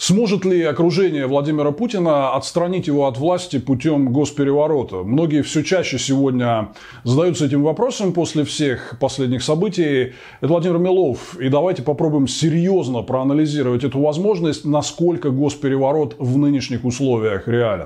Сможет ли окружение Владимира Путина отстранить его от власти путем госпереворота? Многие все чаще сегодня задаются этим вопросом после всех последних событий. Это Владимир Милов. И давайте попробуем серьезно проанализировать эту возможность, насколько госпереворот в нынешних условиях реален.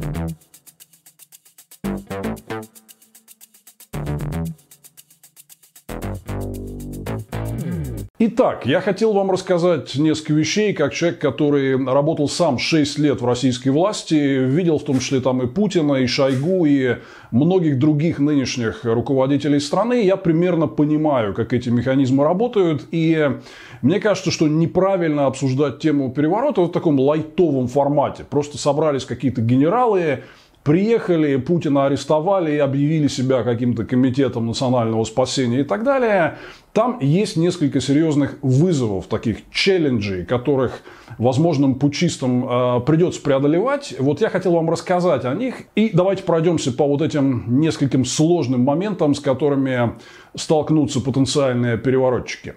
Итак, я хотел вам рассказать несколько вещей, как человек, который работал сам 6 лет в российской власти, видел в том числе там и Путина, и Шойгу, и многих других нынешних руководителей страны. Я примерно понимаю, как эти механизмы работают, и мне кажется, что неправильно обсуждать тему переворота в таком лайтовом формате. Просто собрались какие-то генералы, приехали, Путина арестовали и объявили себя каким-то комитетом национального спасения и так далее. Там есть несколько серьезных вызовов, таких челленджей, которых возможным путчистам придется преодолевать. Вот я хотел вам рассказать о них. И давайте пройдемся по вот этим нескольким сложным моментам, с которыми столкнутся потенциальные переворотчики.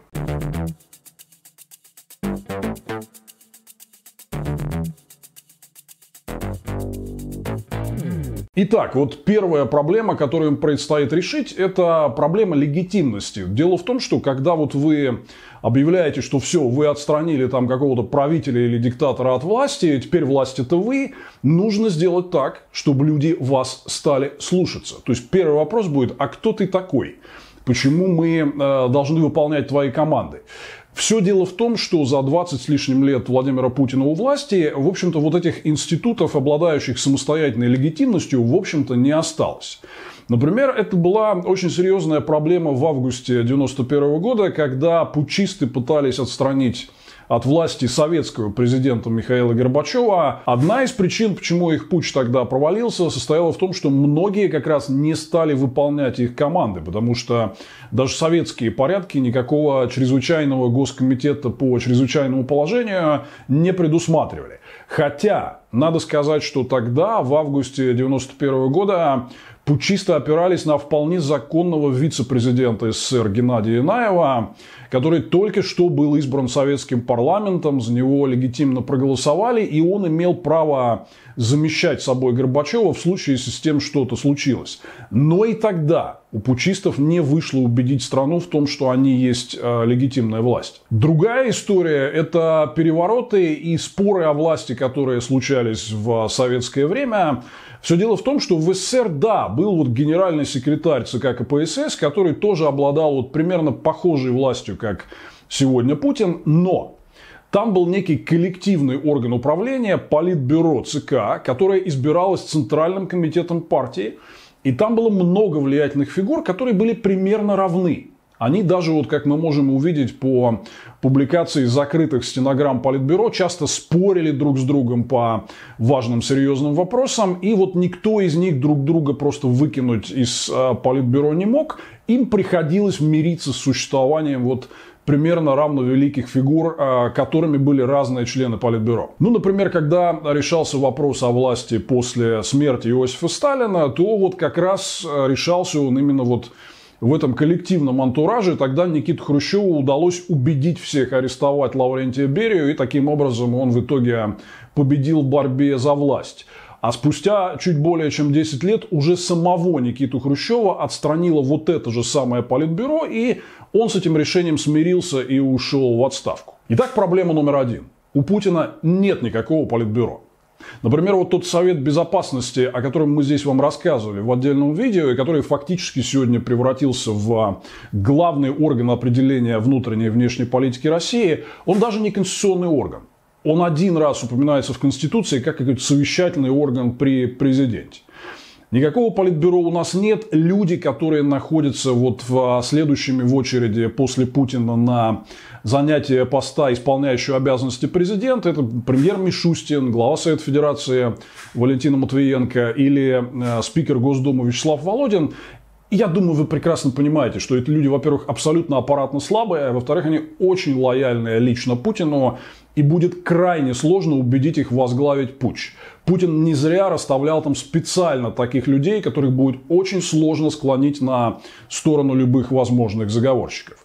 Итак, вот первая проблема, которую им предстоит решить, это проблема легитимности. Дело в том, что когда вот вы объявляете, что все, вы отстранили там какого-то правителя или диктатора от власти, теперь власть это вы, нужно сделать так, чтобы люди вас стали слушаться. То есть первый вопрос будет: а кто ты такой? Почему мы должны выполнять твои команды? Все дело в том, что за 20 с лишним лет Владимира Путина у власти, в общем-то, вот этих институтов, обладающих самостоятельной легитимностью, в общем-то, не осталось. Например, это была очень серьезная проблема в августе 1991 года, когда путчисты пытались отстранить от власти советского президента Михаила Горбачева. Одна из причин, почему их путч тогда провалился, состояла в том, что многие как раз не стали выполнять их команды, потому что даже советские порядки никакого чрезвычайного госкомитета по чрезвычайному положению не предусматривали. Хотя, надо сказать, что тогда, в августе 1991 года, путчисты опирались на вполне законного вице-президента СССР Геннадия Янаева, который только что был избран советским парламентом, за него легитимно проголосовали, и он имел право замещать собой Горбачева в случае, если с тем что-то случилось. Но и тогда у путчистов не вышло убедить страну в том, что они есть легитимная власть. Другая история – это перевороты и споры о власти, которые случались в советское время. Все дело в том, что в СССР, да, был вот генеральный секретарь ЦК КПСС, который тоже обладал вот примерно похожей властью, как сегодня Путин, но там был некий коллективный орган управления, политбюро ЦК, которое избиралось Центральным комитетом партии. И там было много влиятельных фигур, которые были примерно равны. Они даже, вот как мы можем увидеть по публикации закрытых стенограмм Политбюро, часто спорили друг с другом по важным серьезным вопросам. И вот никто из них друг друга просто выкинуть из Политбюро не мог. Им приходилось мириться с существованием вот примерно равновеликих фигур, которыми были разные члены Политбюро. Ну, например, когда решался вопрос о власти после смерти Иосифа Сталина, то вот как раз решался он именно вот в этом коллективном антураже. Тогда Никите Хрущеву удалось убедить всех арестовать Лаврентия Берию, и таким образом он в итоге победил в борьбе за власть. А спустя чуть более чем 10 лет уже самого Никиту Хрущева отстранило вот это же самое Политбюро, и он с этим решением смирился и ушел в отставку. Итак, проблема номер один. У Путина нет никакого Политбюро. Например, вот тот Совет Безопасности, о котором мы здесь вам рассказывали в отдельном видео, и который фактически сегодня превратился в главный орган определения внутренней и внешней политики России, он даже не конституционный орган. Он один раз упоминается в Конституции как какой-то совещательный орган при президенте. Никакого Политбюро у нас нет. Люди, которые находятся вот следующими в очереди после Путина на занятие поста, исполняющего обязанности президента, это премьер Мишустин, глава Совета Федерации Валентина Матвиенко или спикер Госдумы Вячеслав Володин. Я думаю, вы прекрасно понимаете, что эти люди, во-первых, абсолютно аппаратно слабые, а во-вторых, они очень лояльные лично Путину, и будет крайне сложно убедить их возглавить путч. Путин не зря расставлял там специально таких людей, которых будет очень сложно склонить на сторону любых возможных заговорщиков.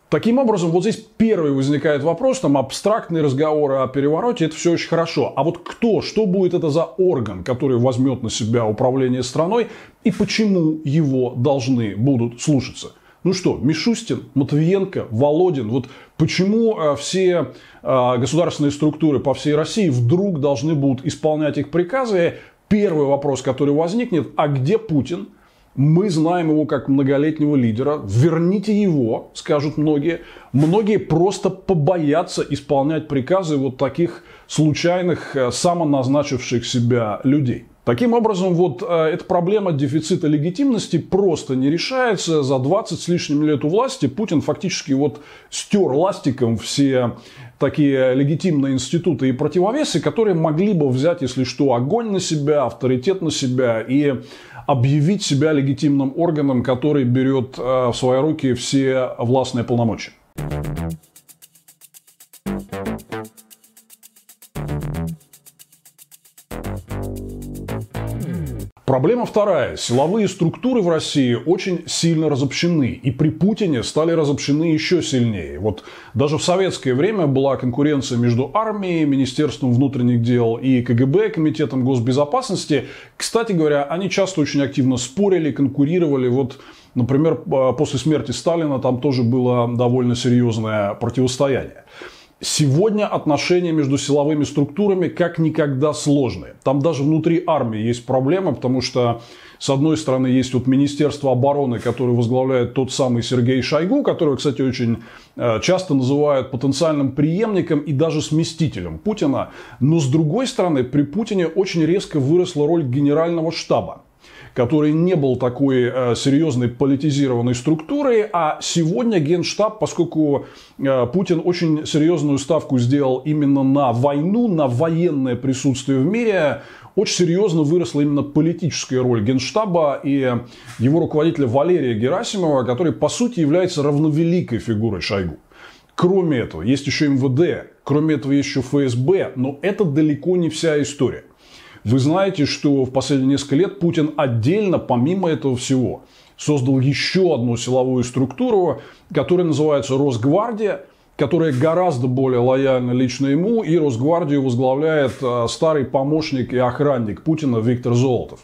Таким образом, вот здесь первый возникает вопрос, там абстрактные разговоры о перевороте, это все очень хорошо. А вот что будет это за орган, который возьмет на себя управление страной и почему его должны будут слушаться? Ну что, Мишустин, Матвиенко, Володин, вот почему все государственные структуры по всей России вдруг должны будут исполнять их приказы? Первый вопрос, который возникнет, а где Путин? Мы знаем его как многолетнего лидера. Верните его, скажут многие. Многие просто побоятся исполнять приказы вот таких случайных, самоназначивших себя людей. Таким образом, вот эта проблема дефицита легитимности просто не решается. За 20 с лишним лет у власти Путин фактически вот стер ластиком все такие легитимные институты и противовесы, которые могли бы взять, если что, огонь на себя, авторитет на себя и объявить себя легитимным органом, который берет в свои руки все властные полномочия. Проблема вторая. Силовые структуры в России очень сильно разобщены. И при Путине стали разобщены еще сильнее. Вот даже в советское время была конкуренция между армией, Министерством внутренних дел и КГБ, Комитетом госбезопасности. Кстати говоря, они часто очень активно спорили, конкурировали. Вот, например, после смерти Сталина там тоже было довольно серьезное противостояние. Сегодня отношения между силовыми структурами как никогда сложные. Там даже внутри армии есть проблемы, потому что, с одной стороны, есть вот Министерство обороны, которое возглавляет тот самый Сергей Шойгу, которого, кстати, очень часто называют потенциальным преемником и даже сместителем Путина. Но, с другой стороны, при Путине очень резко выросла роль генерального штаба, который не был такой серьезной политизированной структурой, а сегодня Генштаб, поскольку Путин очень серьезную ставку сделал именно на войну, на военное присутствие в мире, очень серьезно выросла именно политическая роль Генштаба и его руководителя Валерия Герасимова, который, по сути, является равновеликой фигурой Шойгу. Кроме этого, есть еще МВД, кроме этого, есть еще ФСБ, но это далеко не вся история. Вы знаете, что в последние несколько лет Путин отдельно, помимо этого всего, создал еще одну силовую структуру, которая называется Росгвардия, которая гораздо более лояльна лично ему, и Росгвардию возглавляет старый помощник и охранник Путина Виктор Золотов.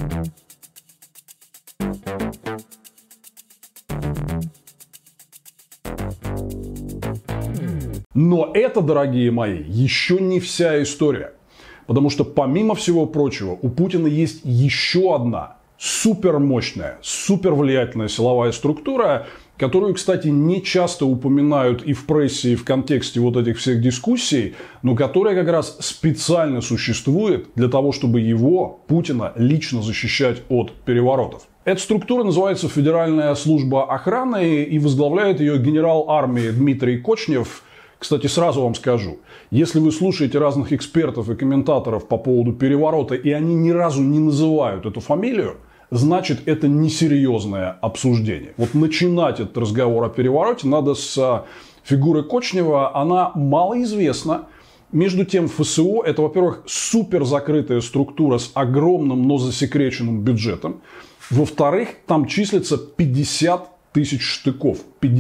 Но это, дорогие мои, еще не вся история. Потому что, помимо всего прочего, у Путина есть еще одна супермощная, супервлиятельная силовая структура, которую, кстати, не часто упоминают и в прессе, и в контексте вот этих всех дискуссий, но которая как раз специально существует для того, чтобы его, Путина, лично защищать от переворотов. Эта структура называется Федеральная служба охраны, и возглавляет ее генерал армии Дмитрий Кочнев. Кстати, сразу вам скажу, если вы слушаете разных экспертов и комментаторов по поводу переворота, и они ни разу не называют эту фамилию, значит, это несерьезное обсуждение. Вот начинать этот разговор о перевороте надо с фигуры Кочнева. Она малоизвестна. Между тем, ФСО – это, во-первых, суперзакрытая структура с огромным, но засекреченным бюджетом. Во-вторых, там числится 50 тысяч штыков,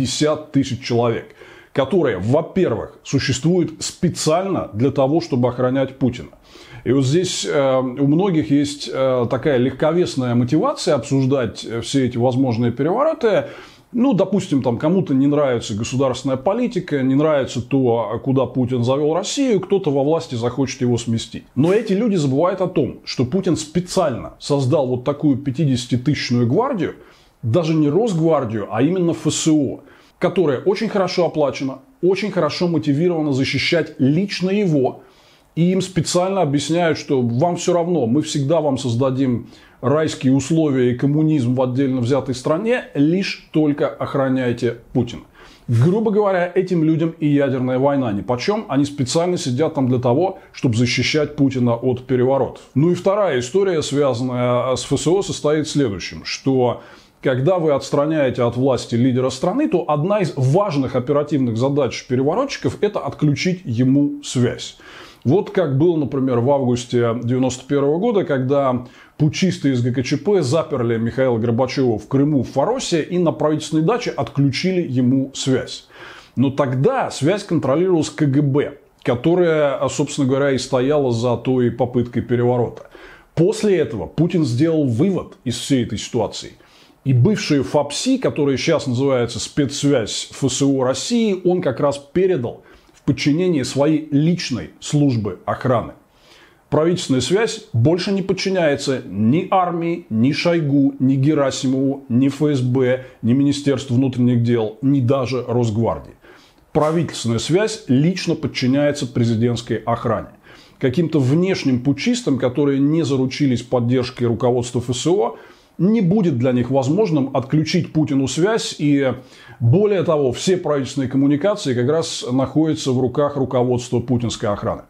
50 тысяч человек, которые, во-первых, существуют специально для того, чтобы охранять Путина. И вот здесь у многих есть такая легковесная мотивация обсуждать все эти возможные перевороты. Ну, допустим, там кому-то не нравится государственная политика, не нравится то, куда Путин завел Россию, кто-то во власти захочет его сместить. Но эти люди забывают о том, что Путин специально создал вот такую 50-тысячную гвардию, даже не Росгвардию, а именно ФСО, которая очень хорошо оплачена, очень хорошо мотивирована защищать лично его. И им специально объясняют, что вам все равно, мы всегда вам создадим райские условия и коммунизм в отдельно взятой стране, лишь только охраняйте Путина. Грубо говоря, этим людям и ядерная война нипочем. Они специально сидят там для того, чтобы защищать Путина от переворотов. Ну и вторая история, связанная с ФСО, состоит в следующем, что когда вы отстраняете от власти лидера страны, то одна из важных оперативных задач переворотчиков – это отключить ему связь. Вот как было, например, в августе 1991 года, когда путчисты из ГКЧП заперли Михаила Горбачева в Крыму, в Фаросе, и на правительственной даче отключили ему связь. Но тогда связь контролировалась КГБ, которая, собственно говоря, и стояла за той попыткой переворота. После этого Путин сделал вывод из всей этой ситуации. И бывшие ФАПСИ, которые сейчас называются спецсвязь ФСО России, он как раз передал в подчинение своей личной службы охраны. Правительственная связь больше не подчиняется ни армии, ни Шойгу, ни Герасимову, ни ФСБ, ни Министерству внутренних дел, ни даже Росгвардии. Правительственная связь лично подчиняется президентской охране. Каким-то внешним путчистам, которые не заручились поддержкой руководства ФСО, не будет для них возможным отключить Путину связь. И более того, все правительственные коммуникации как раз находятся в руках руководства путинской охраны.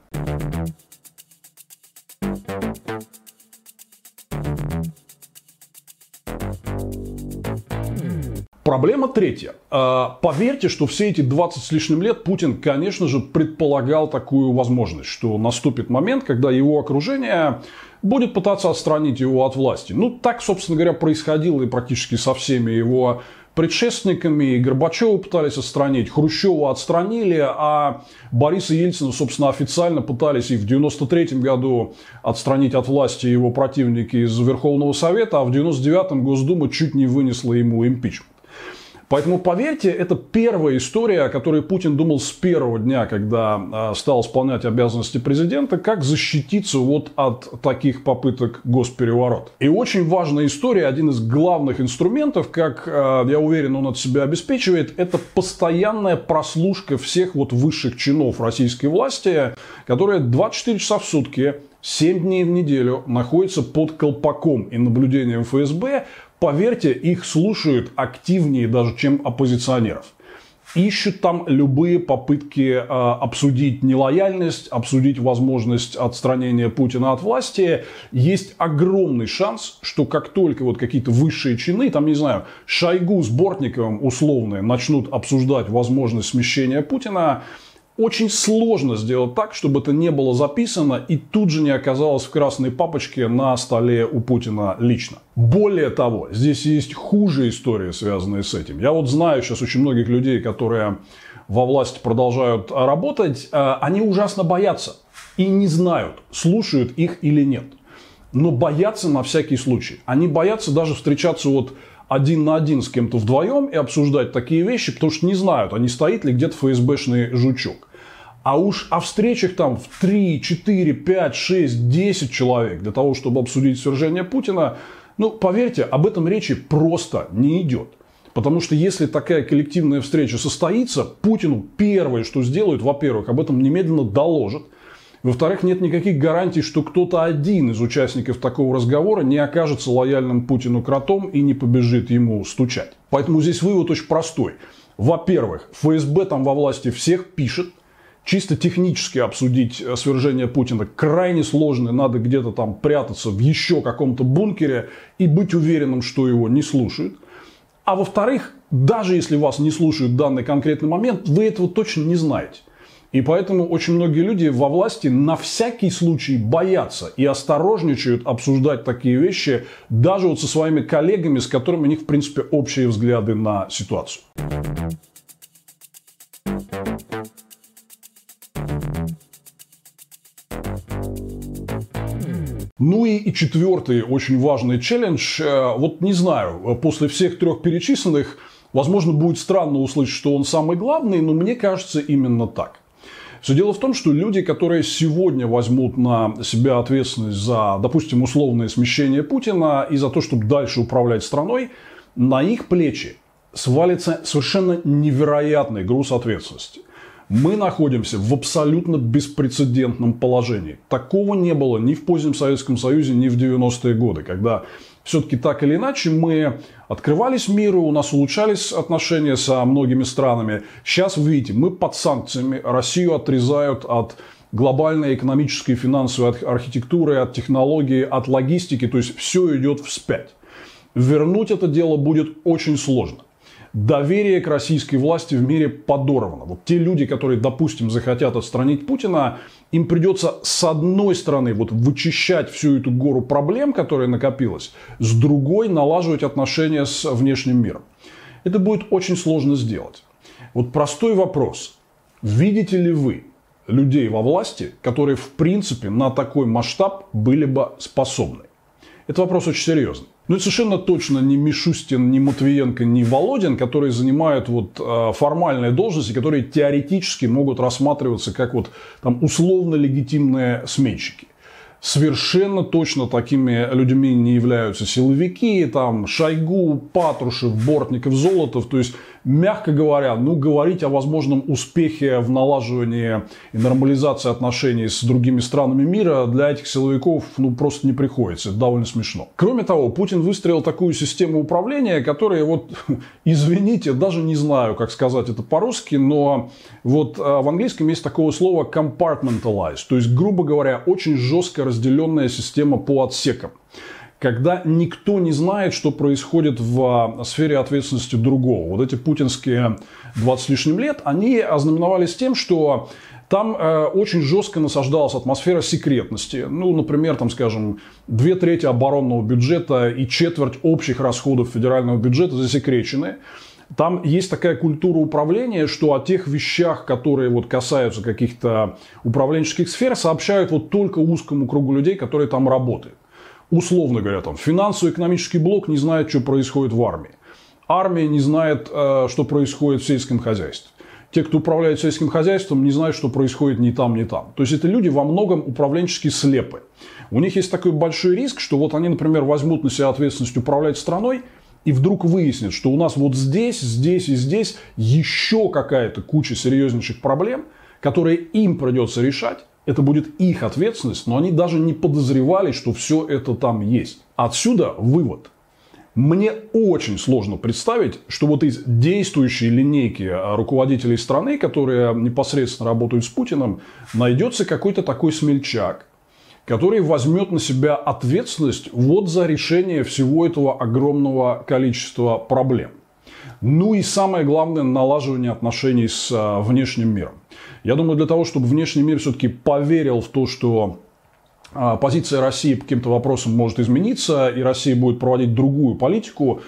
Проблема третья. Поверьте, что все эти 20 с лишним лет Путин, конечно же, предполагал такую возможность, что наступит момент, когда его окружение будет пытаться отстранить его от власти. Ну, так, собственно говоря, происходило и практически со всеми его предшественниками. И Горбачева пытались отстранить, Хрущева отстранили, а Бориса Ельцина, собственно, официально пытались и в 1993 году отстранить от власти его противники из Верховного Совета, а в 1999 Госдума чуть не вынесла ему импичмент. Поэтому, поверьте, это первая история, о которой Путин думал с первого дня, когда стал исполнять обязанности президента, как защититься вот от таких попыток госпереворота. И очень важная история, один из главных инструментов, как, я уверен, он от себя обеспечивает, это постоянная прослушка всех вот высших чинов российской власти, которые 24 часа в сутки, 7 дней в неделю находятся под колпаком и наблюдением ФСБ. Поверьте, их слушают активнее даже, чем оппозиционеров. Ищут там любые попытки обсудить нелояльность, обсудить возможность отстранения Путина от власти. Есть огромный шанс, что как только вот какие-то высшие чины, там, не знаю, Шойгу с Бортниковым условные начнут обсуждать возможность смещения Путина, очень сложно сделать так, чтобы это не было записано и тут же не оказалось в красной папочке на столе у Путина лично. Более того, здесь есть хуже истории, связанные с этим. Я вот знаю сейчас очень многих людей, которые во власти продолжают работать, они ужасно боятся и не знают, слушают их или нет. Но боятся на всякий случай. Они боятся даже встречаться вот один на один с кем-то вдвоем и обсуждать такие вещи, потому что не знают, а не стоит ли где-то ФСБшный жучок. А уж о встречах там в 3, 4, 5, 6, 10 человек для того, чтобы обсудить свержение Путина, ну, поверьте, об этом речи просто не идет. Потому что если такая коллективная встреча состоится, Путину первое, что сделают, во-первых, об этом немедленно доложат. Во-вторых, нет никаких гарантий, что кто-то один из участников такого разговора не окажется лояльным Путину кротом и не побежит ему стучать. Поэтому здесь вывод очень простой. Во-первых, ФСБ там во власти всех пишет. Чисто технически обсудить свержение Путина крайне сложно. Надо где-то там прятаться в еще каком-то бункере и быть уверенным, что его не слушают. А во-вторых, даже если вас не слушают в данный конкретный момент, вы этого точно не знаете. И поэтому очень многие люди во власти на всякий случай боятся и осторожничают обсуждать такие вещи даже вот со своими коллегами, с которыми у них, в принципе, общие взгляды на ситуацию. Ну и четвертый очень важный челлендж. Вот не знаю, после всех трех перечисленных, возможно, будет странно услышать, что он самый главный, но мне кажется именно так. Все дело в том, что люди, которые сегодня возьмут на себя ответственность за, допустим, условное смещение Путина и за то, чтобы дальше управлять страной, на их плечи свалится совершенно невероятный груз ответственности. Мы находимся в абсолютно беспрецедентном положении. Такого не было ни в позднем Советском Союзе, ни в 90-е годы, когда все-таки так или иначе мы открывались миру, у нас улучшались отношения со многими странами. Сейчас, вы видите, мы под санкциями, Россию отрезают от глобальной экономической и финансовой архитектуры, от технологий, от логистики, то есть все идет вспять. Вернуть это дело будет очень сложно. Доверие к российской власти в мире подорвано. Вот те люди, которые, допустим, захотят отстранить Путина, им придется с одной стороны вот вычищать всю эту гору проблем, которая накопилась, с другой налаживать отношения с внешним миром. Это будет очень сложно сделать. Вот простой вопрос. Видите ли вы людей во власти, которые в принципе на такой масштаб были бы способны? Это вопрос очень серьезный. Ну и совершенно точно не Мишустин, не Матвиенко, не Володин, которые занимают вот формальные должности, которые теоретически могут рассматриваться как вот там условно легитимные сменщики. Совершенно точно такими людьми не являются силовики, там Шойгу, Патрушев, Бортников, Золотов. То есть, мягко говоря, говорить о возможном успехе в налаживании и нормализации отношений с другими странами мира для этих силовиков просто не приходится. Это довольно смешно. Кроме того, Путин выстроил такую систему управления, которая вот, извините, даже не знаю, как сказать это по-русски, но вот в английском есть такое слово compartmentalized. То есть, грубо говоря, очень жестко разделенная система по отсекам. Когда никто не знает, что происходит в сфере ответственности другого. Вот эти путинские 20 с лишним лет, они ознаменовались тем, что там очень жестко насаждалась атмосфера секретности. Ну, например, там, скажем, 2/3 оборонного бюджета и четверть общих расходов федерального бюджета засекречены. Там есть такая культура управления, что о тех вещах, которые вот касаются каких-то управленческих сфер, сообщают вот только узкому кругу людей, которые там работают. Условно говоря, там финансово-экономический блок не знает, что происходит в армии. Армия не знает, что происходит в сельском хозяйстве. Те, кто управляет сельским хозяйством, не знают, что происходит ни там, ни там. То есть, это люди во многом управленчески слепы. У них есть такой большой риск, что вот они, например, возьмут на себя ответственность управлять страной, и вдруг выяснят, что у нас вот здесь, здесь и здесь еще какая-то куча серьезнейших проблем, которые им придется решать. Это будет их ответственность, но они даже не подозревали, что все это там есть. Отсюда вывод. Мне очень сложно представить, что вот из действующей линейки руководителей страны, которые непосредственно работают с Путиным, найдется какой-то такой смельчак, который возьмет на себя ответственность вот за решение всего этого огромного количества проблем. Ну и самое главное, налаживание отношений с внешним миром. Я думаю, для того, чтобы внешний мир все-таки поверил в то, что позиция России по каким-то вопросам может измениться, и Россия будет проводить другую политику,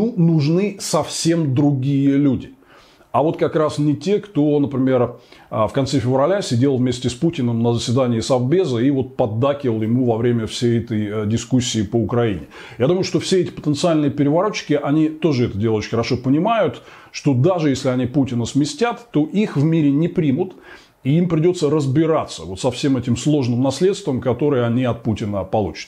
нужны совсем другие люди. А вот как раз не те, кто, например, в конце февраля сидел вместе с Путиным на заседании Совбеза и вот поддакивал ему во время всей этой дискуссии по Украине. Я думаю, что все эти потенциальные переворотчики, они тоже это дело очень хорошо понимают, что даже если они Путина сместят, то их в мире не примут, и им придется разбираться вот со всем этим сложным наследством, которое они от Путина получат.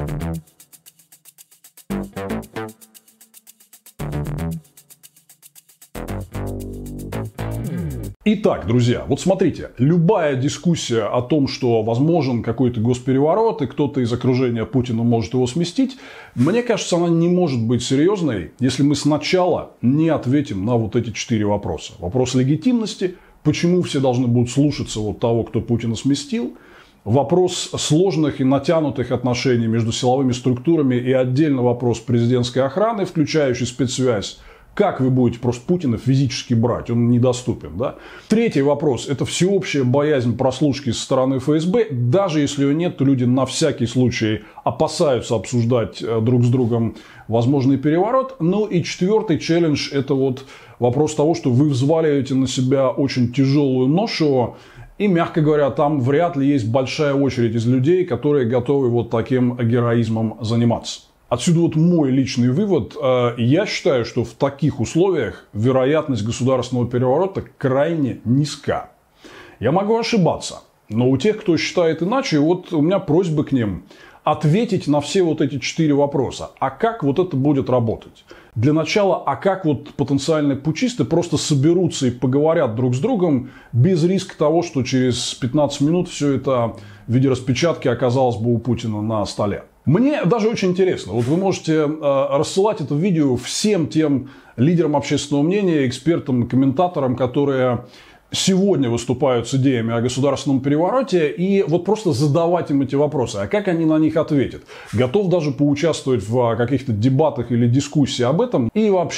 Итак, друзья, вот смотрите, любая дискуссия о том, что возможен какой-то госпереворот и кто-то из окружения Путина может его сместить, мне кажется, она не может быть серьезной, если мы сначала не ответим на вот эти 4 вопроса. Вопрос легитимности, почему все должны будут слушаться вот того, кто Путина сместил. Вопрос сложных и натянутых отношений между силовыми структурами и отдельно вопрос президентской охраны, включающий спецсвязь. Как вы будете просто Путина физически брать? Он недоступен. Да? Третий вопрос. Это всеобщая боязнь прослушки со стороны ФСБ. Даже если ее нет, то люди на всякий случай опасаются обсуждать друг с другом возможный переворот. Ну и четвертый челлендж. Это вот вопрос того, что вы взваливаете на себя очень тяжелую ношу. И, мягко говоря, там вряд ли есть большая очередь из людей, которые готовы вот таким героизмом заниматься. Отсюда вот мой личный вывод. Я считаю, что в таких условиях вероятность государственного переворота крайне низка. Я могу ошибаться, но у тех, кто считает иначе, вот у меня просьба к ним ответить на все вот эти 4 вопроса. А как вот это будет работать? Для начала, а как вот потенциальные путчисты просто соберутся и поговорят друг с другом без риска того, что через 15 минут все это в виде распечатки оказалось бы у Путина на столе. Мне даже очень интересно. Вот вы можете рассылать это видео всем тем лидерам общественного мнения, экспертам, комментаторам, которые сегодня выступают с идеями о государственном перевороте, и вот просто задавать им эти вопросы. А как они на них ответят? Готов даже поучаствовать в каких-то дебатах или дискуссии об этом. И вообще,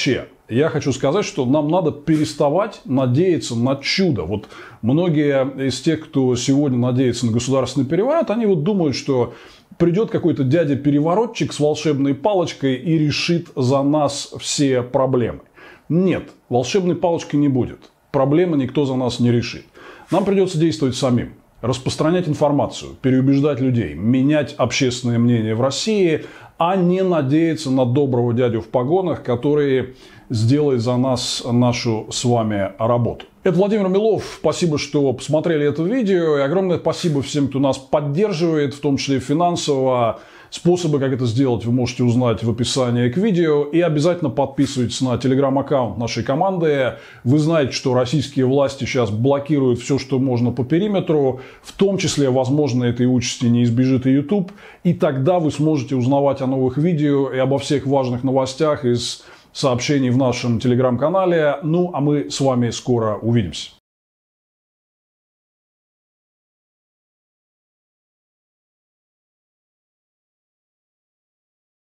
Я хочу сказать, что нам надо переставать надеяться на чудо. Вот многие из тех, кто сегодня надеется на государственный переворот, они вот думают, что придет какой-то дядя-переворотчик с волшебной палочкой и решит за нас все проблемы. Нет, волшебной палочки не будет. Проблемы никто за нас не решит. Нам придется действовать самим. Распространять информацию, переубеждать людей, менять общественное мнение в России, а не надеяться на доброго дядю в погонах, который сделает за нас нашу с вами работу. Это Владимир Милов. Спасибо, что посмотрели это видео. И огромное спасибо всем, кто нас поддерживает, в том числе финансово. Способы, как это сделать, вы можете узнать в описании к видео. И обязательно подписывайтесь на телеграм-аккаунт нашей команды. Вы знаете, что российские власти сейчас блокируют все, что можно по периметру. В том числе, возможно, этой участи не избежит и YouTube. И тогда вы сможете узнавать о новых видео и обо всех важных новостях из сообщений в нашем телеграм-канале. Ну, а мы с вами скоро увидимся.